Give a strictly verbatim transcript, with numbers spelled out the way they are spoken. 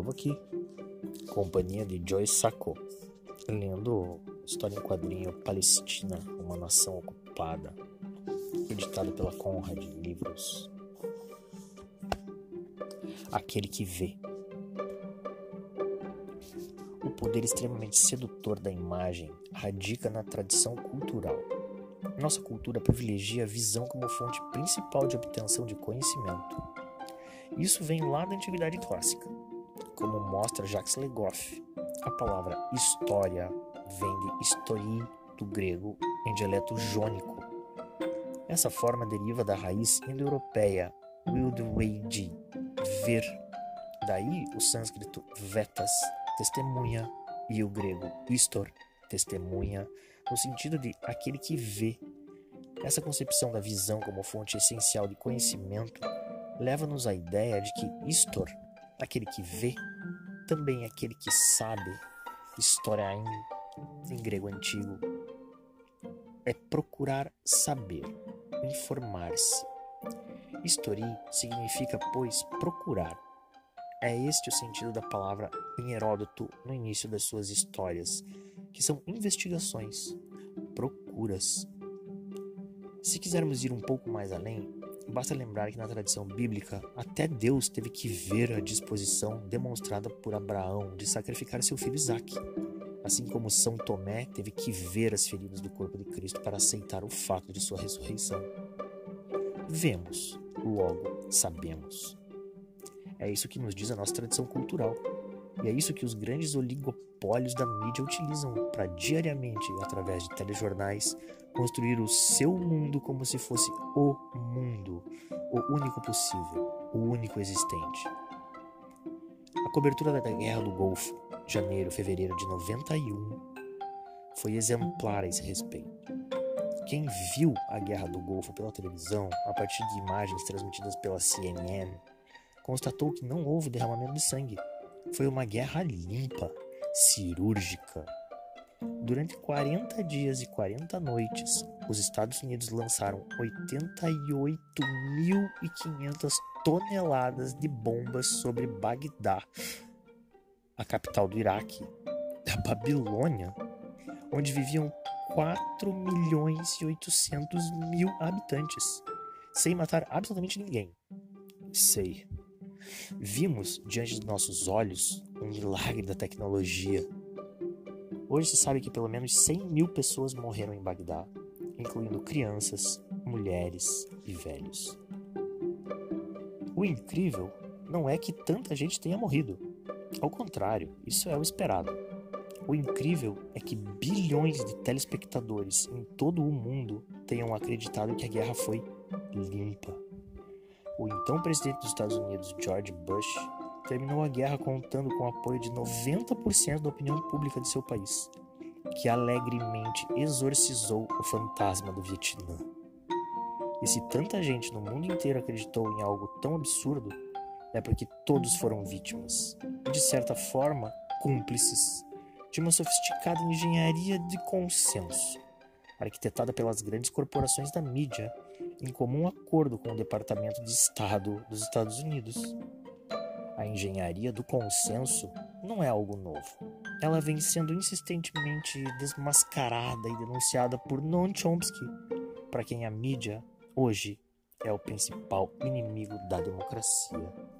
novo aqui. Companhia de Joyce Sacco, lendo história em quadrinho Palestina, uma nação ocupada, editado pela Conrad Livros. Aquele que vê. O poder extremamente sedutor da imagem radica na tradição cultural. Nossa cultura privilegia a visão como fonte principal de obtenção de conhecimento. Isso vem lá da Antiguidade Clássica. Como mostra Jacques Le Goff, a palavra história vem de histori, do grego, em dialeto jônico. Essa forma deriva da raiz indo-europeia wildeweidi, ver. Daí o sânscrito vetas, testemunha, e o grego histor, testemunha, no sentido de aquele que vê. Essa concepção da visão como fonte essencial de conhecimento leva-nos à ideia de que histor, aquele que vê, também é aquele que sabe. História em, em grego antigo é procurar saber, informar-se. Histori significa, pois, procurar. É este o sentido da palavra em Heródoto no início das suas histórias, que são investigações, procuras. Se quisermos ir um pouco mais além, basta lembrar que na tradição bíblica, até Deus teve que ver a disposição demonstrada por Abraão de sacrificar seu filho Isaque, assim como São Tomé teve que ver as feridas do corpo de Cristo para aceitar o fato de sua ressurreição. Vemos, logo sabemos. É isso que nos diz a nossa tradição cultural. E é isso que os grandes oligopólios da mídia utilizam para diariamente, através de telejornais, construir o seu mundo como se fosse o mundo, o único possível, o único existente. A cobertura da Guerra do Golfo, janeiro, fevereiro de noventa e um, foi exemplar a esse respeito. Quem viu a Guerra do Golfo pela televisão, a partir de imagens transmitidas pela C N N, constatou que não houve derramamento de sangue. Foi uma guerra limpa, cirúrgica. Durante quarenta dias e quarenta noites, os Estados Unidos lançaram oitenta e oito mil e quinhentas toneladas de bombas sobre Bagdá, a capital do Iraque, da Babilônia, onde viviam quatro milhões e oitocentos mil habitantes, sem matar absolutamente ninguém. Sei. Vimos diante de nossos olhos um milagre da tecnologia. Hoje se sabe que pelo menos cem mil pessoas morreram em Bagdá, incluindo crianças, mulheres e velhos. O incrível não é que tanta gente tenha morrido. Ao contrário, isso é o esperado. O incrível é que bilhões de telespectadores em todo o mundo tenham acreditado que a guerra foi limpa. O então presidente dos Estados Unidos, George Bush, terminou a guerra contando com o apoio de noventa por cento da opinião pública de seu país, que alegremente exorcizou o fantasma do Vietnã. E se tanta gente no mundo inteiro acreditou em algo tão absurdo, é porque todos foram vítimas, e de certa forma, cúmplices, de uma sofisticada engenharia de consenso, arquitetada pelas grandes corporações da mídia, em comum acordo com o Departamento de Estado dos Estados Unidos. A engenharia do consenso não é algo novo. Ela vem sendo insistentemente desmascarada e denunciada por Noam Chomsky, para quem a mídia, hoje, é o principal inimigo da democracia.